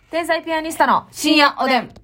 天才ピアニストの深夜おでん。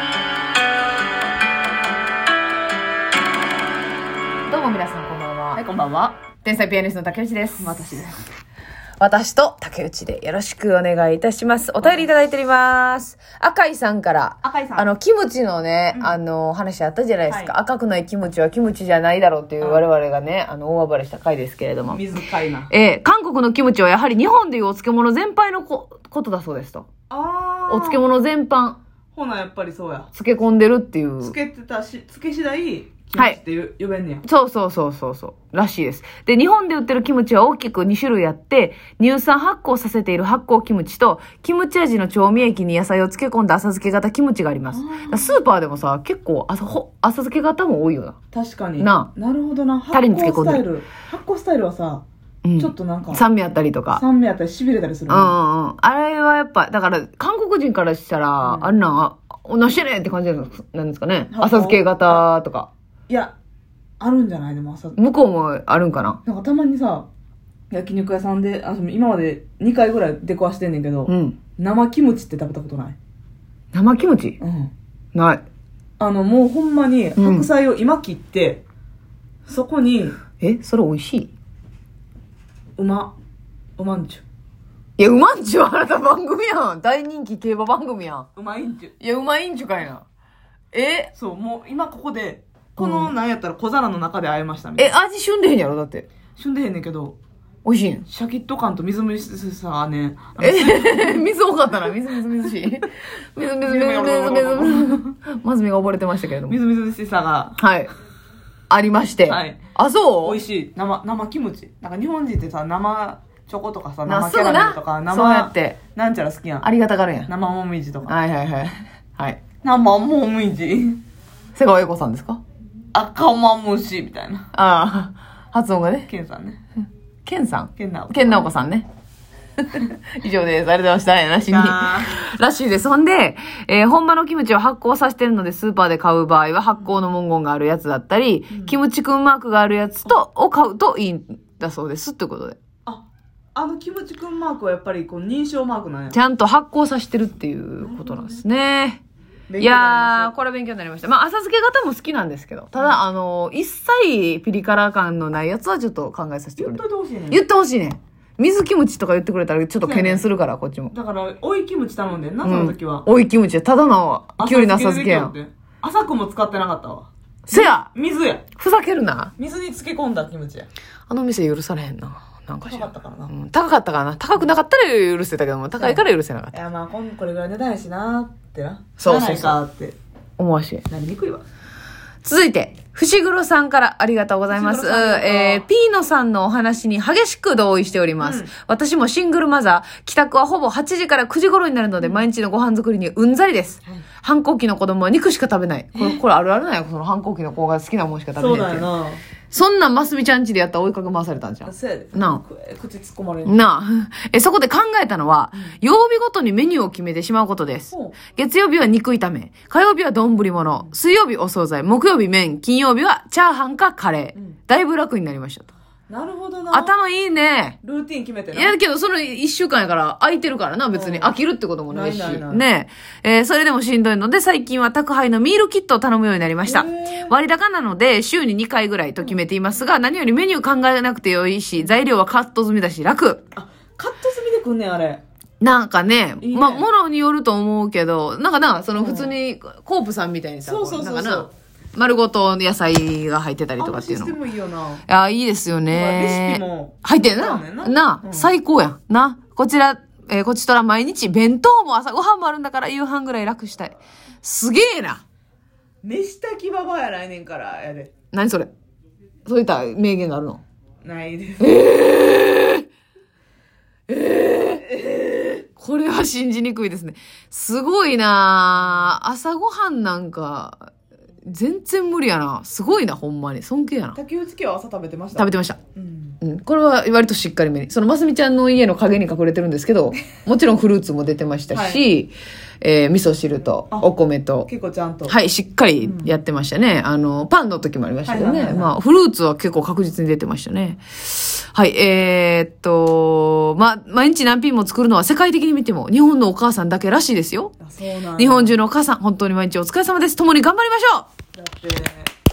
どうも皆さんこんばんは。 はい、こんばんは。 天才ピアニストの竹内です。 私です。 私と竹内でよろしくお願いいたします。お便りいただいております。赤井さんから、キムチのね、話あったじゃないですか。はい、赤くないキムチはキムチじゃないだろうっていう我々がね、大暴れした回ですけれども。 水かいな。 韓国のキムチはやはり日本でいうお漬物全般のことだそうですと。お漬物全般。 ほな、やっぱりそうや。 漬け込んでるっていう。 漬け次第、キムチって呼べんねや。 そうらしいです。で、日本で売ってるキムチは大きく2種類あって、乳酸発酵させている発酵キムチと、キムチ味の調味液に野菜を漬け込んだ浅漬け型キムチがあります。スーパーでもさ、結構浅漬け型も多いよな。 確かに。 なるほどな。 タレに漬け込んでる。 発酵スタイルはさ、ちょっとなんか。 酸味あったりとか。 酸味あったり痺れたりする。 あれはやっぱ、だから、韓国人からしたら、あんなん、同じねって感じなんですかね。浅漬け型とか。 いや、あるんじゃないでも向こうもあるんかな。 なんかたまにさ、焼肉屋さんで、今まで2回ぐらい出くわしてんねんけど、生キムチって食べたことない？ 生キムチ？ない。 もうほんまに白菜を今切って、そこに、 それ美味しい？ うまんちゅ。 いや、うまんちゅはあなた番組やん。大人気競馬番組やん。 うまいんちゅ。 いや、うまいんちゅかいな。 そう、もう今ここで、なんやったら小皿の中で会えましたみたいな。 味旬でへんやろだって。 旬でへんねんけど。 美味しいん？ シャキッと感とみずみずしさがね。 水多かったな。水しい。水。まずみが溺れてましたけれども。 みずみずしさが。 はい。ありまして。 はい。 そう？ 美味しい。生キムチ。なんか日本人ってさ、生チョコとかさ、生キャラメルとか、 そうやって。 なんちゃら好きやん。 ありがたがるやん。 生もみじとか。 はい。 生もみじ。 瀬川栄子さんですか？ 赤まむしみたいな。 発音がね。 ケンさんね。 ケンさん？ ケンナオコさんね。以上です。ありがとうございました。なしに。らしいです。ほんで、本場のキムチを発酵させてるので、スーパーで買う場合は発酵の文言があるやつだったり、キムチくんマークがあるやつを買うといいんだそうです。ってことで。 キムチくんマークはやっぱり認証マークなんや。 ちゃんと発酵させてるっていうことなんですね。いやー、これ勉強になりました。浅漬け型も好きなんですけど、ただ、一切ピリ辛感のないやつはちょっと考えさせてくれ。言ってほしいね。水キムチとか言ってくれたらちょっと懸念するから、こっちも。 だから、追いキムチ頼んでんな、その時は。 追いキムチただの、きゅうりの浅漬けやん。 浅くも使ってなかったわ。 せや！ 水や。 ふざけるな。 水に漬け込んだキムチや。 店許されへんな。なんか高かったからな。 高かったからな。高くなかったら許せたけども、高いから許せなかった。 いや、これぐらい値段やしなーってな。 そう。 って。 思わしい。 なりにくいわ。 続いて、伏黒さんからありがとうございます。ピーノさんのお話に激しく同意しております。私もシングルマザー、帰宅はほぼ8時から9時頃になるので、毎日のご飯作りにうんざりです。反抗期の子供は肉しか食べない。これあるあるなんや、その反抗期の子が好きなもんしか食べないっていう。 そうだよな。 そんなんますみちゃんちでやったら追いかけ回されたんじゃん。 そうやで。口突っ込まれる。 そこで考えたのは、曜日ごとにメニューを決めてしまうことです。月曜日は肉炒め、火曜日は丼物、水曜日お惣菜、木曜日麺、金曜日はチャーハンかカレー。だいぶ楽になりましたと。 なるほどな。 頭いいね。 ルーティン決めてな。 いやけどその1週間やから空いてるからな、別に飽きるってこともないし。ねそれでもしんどいので最近は宅配のミールキットを頼むようになりました。割高なので週に2回ぐらいと決めていますが、何よりメニュー考えなくてよいし、材料はカット済みだし楽。 カット済みでくんねん、あれ。 なんかね、ものによると思うけど、その普通にコープさんみたいにさ、丸ごと野菜が入ってたりとかっていうの。 システムいいよな。 いいですよね。 レシピも。 入ってんな。最高やん。こちとら毎日弁当も朝ごはんもあるんだから夕飯ぐらい楽したい。すげえな。 飯炊きババアや来年からやで。 何それ？そういった名言があるの？ ないです。 これは信じにくいですね。すごいな。朝ごはんなんか、全然無理やな。すごいな、ほんまに。尊敬やな。 竹内家は朝食べてました？ 食べてました。 うん。これは割としっかりめに。そのますみちゃんの家の影に隠れてるんですけど、もちろんフルーツも出てましたし、味噌汁とお米と。 結構ちゃんと。 はい、しっかりやってましたね。パンの時もありましたけどね。まあ、フルーツは結構確実に出てましたね。はい、毎日何品も作るのは世界的に見ても日本のお母さんだけらしいですよ。 そうなん日本中のお母さん、本当に毎日お疲れ様です。共に頑張りましょう。だって、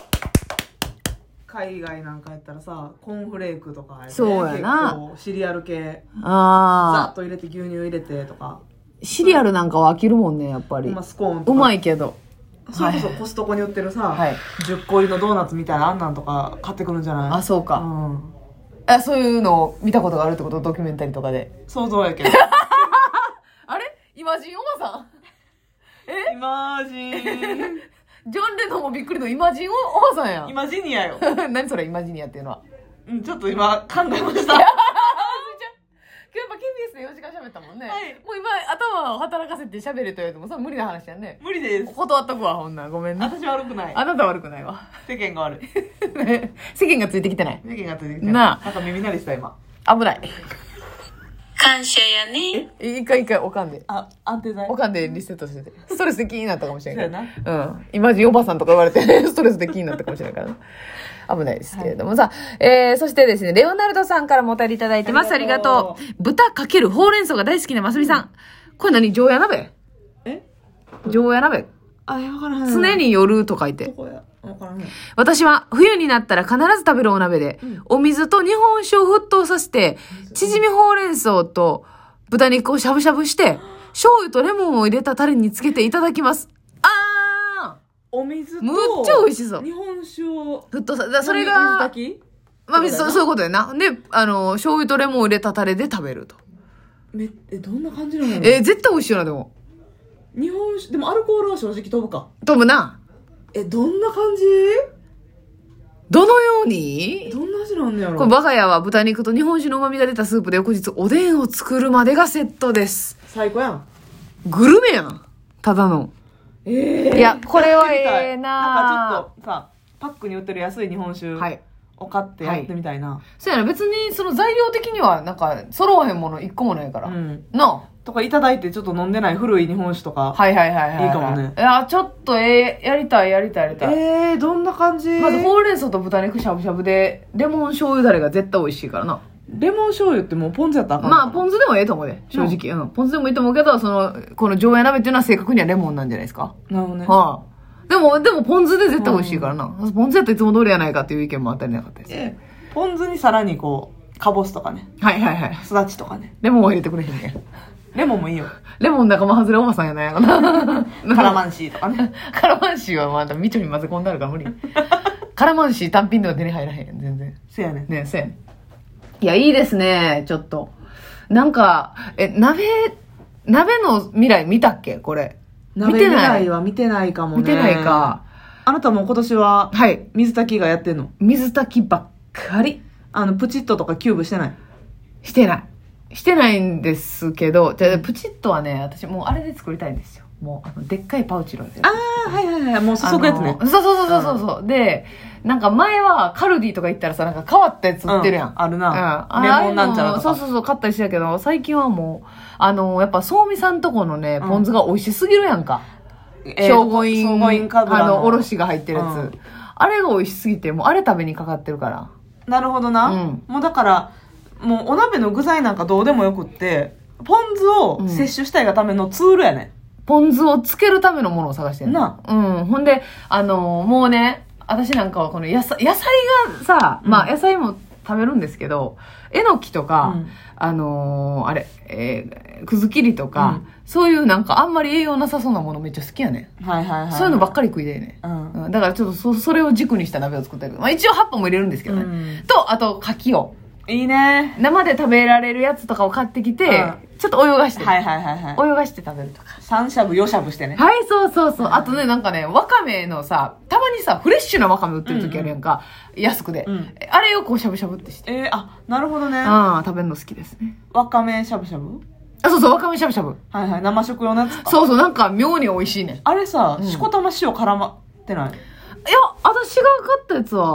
海外なんかやったらさ、コーンフレークとか、ね、 そうやな。 結構シリアル系。ざっと入れて牛乳入れてとか。 シリアルなんかは飽きるもんね、やっぱり。 スコーンとか。 うまいけど。 それこそコストコに売ってるさ、10個入りのドーナツみたいなあんなんとか買ってくるんじゃない？ あ、そうか。そういうのを見たことがあるってこと？ドキュメンタリーとかで。 想像やけど。 あれイマジンおばさんイマジン。 ジョン・レノンもびっくりのイマジンおばさんやん。 イマジニアよ。 何それイマジニアっていうのは。 ちょっと今考えました。 今日やっぱ KBS で4時間喋ったもんね。もう今頭を働かせて喋れと言われてもそれ無理な話やんね。 無理です。 断っとくわ、ほんならごめんね。 私悪くない。 あなた悪くないわ。 世間が悪い。 世間がついてきてない。 世間がついてきてない。 なあ。 なんか耳鳴りした今。 危ない。 感謝やね。 一回おかんで。 安定剤。 おかんでリセットしてて。ストレスで気になったかもしれない。 そうやな。イマジンおばさんとか言われて、ストレスで気になったかもしれないから。危ないですけれども、さあ、そしてですね、レオナルドさんからもお便りいただいてます。ありがとう。豚×ほうれん草が大好きなますみさん。これ何？常夜鍋？常夜鍋？ わからない。 常に夜と書いて。 どこや？わからない。 私は冬になったら必ず食べるお鍋で、お水と日本酒を沸騰させて、縮みほうれん草と豚肉をしゃぶしゃぶして、醤油とレモンを入れたタレにつけていただきます。 お水とむっちゃ美味しそう。 日本酒を沸騰さ、それが、 水炊き？ まあ、そういうことやな。で、醤油とレモンを入れたタレで食べると。 どんな感じなの？ 絶対美味しいよな、でも。 日本酒、でもアルコールは正直飛ぶか。 飛ぶな。 どんな感じ？ どのように？ どんな味なんだやろ？ これ我が家は豚肉と日本酒の旨味が出たスープで翌日おでんを作るまでがセットです。 最高やん。 グルメやん。ただの。いや、これはなんかちょっとさ、パックに売ってる安い日本酒を買ってやってみたいな。 そうやな、別にその材料的にはなんか揃わへんもの一個もないから。なとかいただいてちょっと飲んでない古い日本酒とか。いいかもね。 いや、ちょっとやりたい。 どんな感じ？ まずほうれん草と豚肉しゃぶしゃぶで、レモン醤油だれが絶対美味しいからな。 レモン醤油ってもうポン酢やったらあかん。 まあ、ポン酢でもええと思うで、正直。ポン酢でもいいと思うけど、この常夜鍋っていうのは正確にはレモンなんじゃないですか。 なるほどね。 でもポン酢で絶対美味しいからな。ポン酢やったらいつも通りやないかっていう意見も当たりなかったです。 ポン酢にさらにかぼすとかね。すだちとかね。 レモンは入れてくれへんね。 レモンもいいよ。 レモン仲間外れおばさんやないやろな。 カラマンシーとかね。 カラマンシーはまたみちょに混ぜ込んであるから無理。カラマンシー単品では手に入らへんやん、全然。 せやね。 ね、せやね。いや、いいですね、ちょっと。なんか、鍋の未来見たっけこれ。 鍋未来は見てないかもね。 見てないか。 あなたも今年は、水炊きがやってんの？ 水炊きばっかり。 プチッととかキューブしてない？ してないんですけど、プチッとはね、私もうあれで作りたいんですよ。もう、でっかいパウチのやつ。 もう注ぐやつね。 そう。で、なんか前はカルディとか行ったらさ、なんか変わったやつ売ってるやん。 あるな。レモンなんちゃらとか。 そう、買ったりしてたけど、最近はもう、やっぱ、そうみさんとこのね、ポン酢が美味しすぎるやんか。聖護院かぶらのおろしが入ってるやつ。あれが美味しすぎて、もうあれ食べにかかってるから。 なるほどな。もうだから、もうお鍋の具材なんかどうでもよくって、ポン酢を摂取したいがためのツールやね。 ポン酢をつけるためのものを探してるな。 ほんで、もうね、私なんかはこの野菜がさ、まあ野菜も食べるんですけど、えのきとか、くずきりとか、そういうなんかあんまり栄養なさそうなものめっちゃ好きやね。そういうのばっかり食いでね。だからちょっとそれを軸にした鍋を作ったりとか、まあ一応葉っぱも入れるんですけどね。と、あと牡蠣を。 いいね。 生で食べられるやつとかを買ってきて、ちょっと泳がして。 泳がして食べるとか。 3しゃぶ4しゃぶしてね。 そう。あとね、なんかね、わかめのさ、たまにさ、フレッシュなわかめ売ってる時あるやんか。安くで。あれをこうしゃぶしゃぶってして。 なるほどね。 食べるの好きですね。 わかめしゃぶしゃぶ？ そう、わかめしゃぶしゃぶ。 生食用のやつか。 そう、なんか妙に美味しいね。 あれさ、しこたま塩絡まってない？ いや、私が買ったやつは、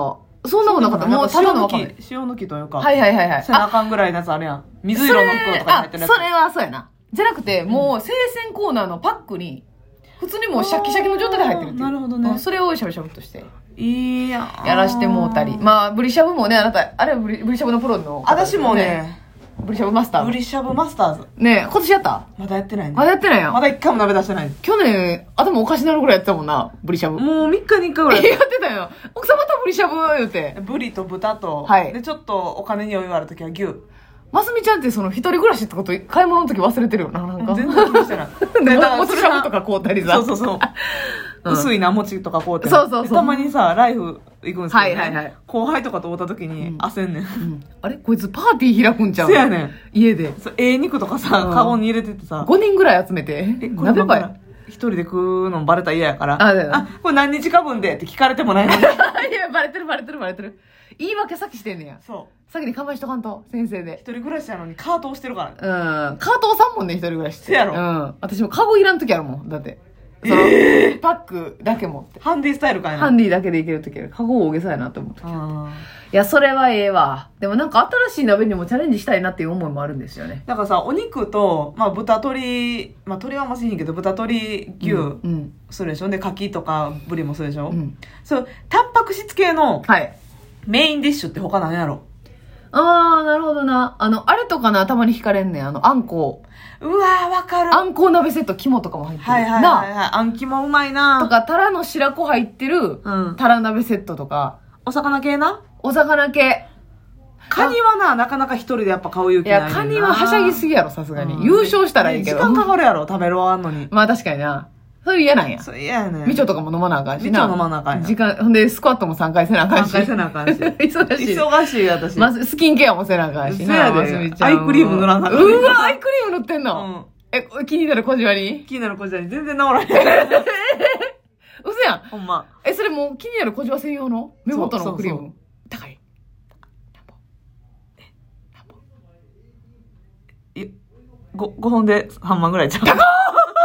そんなことなかった。もうただのわかんない。 塩抜きというか。 はいはいはいはい。 背中ぐらいのやつあるやん。水色の袋とかに入ってるやつ。 それはそうやな。じゃなくて、もう生鮮コーナーのパックに、普通にもうシャキシャキの状態で入ってるっていう。 なるほどね。 それをしゃぶしゃぶとして。 いややらしてもうたり。まあ、ブリしゃぶもね、あなた、あれはブリしゃぶのプロの、 私もね、 ブリしゃぶマスター。 ブリしゃぶマスターズ。 ねえ、今年やった？ まだやってないね。 まだやってないやん。 まだ一回も鍋出してない。 去年、頭おかしなるぐらいやってたもんな、ブリしゃぶ。 もう3日に1回ぐらい。 やってたよ。奥様とブリしゃぶ言うて。 ブリと豚と、 はい。 で、ちょっとお金に余裕あるときは牛。 ますみちゃんってその一人暮らしってこと買い物の時忘れてるよな、なんか。 全然気にしてない。 で、もつしゃぶとか買うたりさ。 そうそうそう。薄いな餅とか買うて。 そうそうそう。 たまにさ、ライフ行くんですけど、ね。 はいはいはい。 後輩とかと会った時に焦んねん。 あれこいつパーティー開くんちゃう？ そうやねん。 家で。 肉とかさ、カゴに入れててさ。 5人ぐらい集めて。 鍋ばい。一人で食うのバレたら嫌やから。これ何日か分でって聞かれてもないのに。いや、バレてる。言い訳先してんねや。 そう。 先に構えしとかんと、先生で。 一人暮らしやのにカートをしてるからね。カート押さんもんね、一人暮らしって。 せやろ。 私もカゴいらん時あるもん、だって。パックだけ持って。 ハンディスタイルかいな。 ハンディだけでいける時ある。カゴ大げさやなって思って。いや、それはええわ。でもなんか新しい鍋にもチャレンジしたいなっていう思いもあるんですよね。 だからさ、お肉と、まあ豚鶏、まあ鶏はあんましへんけど、豚鶏牛するでしょ。で、牡蠣とかブリもするでしょ。そう、タンパク質系のメインディッシュって他なんやろ。 あー、なるほどな。あれとかな、たまに惹かれんねん。あんこう。 うわー、わかる。 あんこう鍋セット、肝とかも入ってる。 はいはいはいはい。あん肝うまいな。 とか、タラの白子入ってる、タラ鍋セットとか。 お魚系な？ お魚系。 カニはなかなか一人でやっぱ買う勇気ないねんな。 いや、カニははしゃぎすぎやろ、さすがに。優勝したらいいけど。 時間かかるやろ、食べるわんのに。 まあ確かにな。それ嫌なんや。 それ嫌やね。 みちょとかも飲まなあかんしな。 みちょ飲まなあかんや。 時間、ほんで、スクワットも3回せなあかんし。 3回せなあかんし。 忙しい。 忙しい、私。 まず、スキンケアもせなあかんしな。 そうやで。アイクリーム塗らなあかん。 うわ、アイクリーム塗ってんの？気になる小じわに？ 気になる小じわに全然治らへん。 嘘やん。 ほんま。 それもう気になる小じわ専用の目元のクリーム？高い 5本で3万ぐらいちゃう。 高っ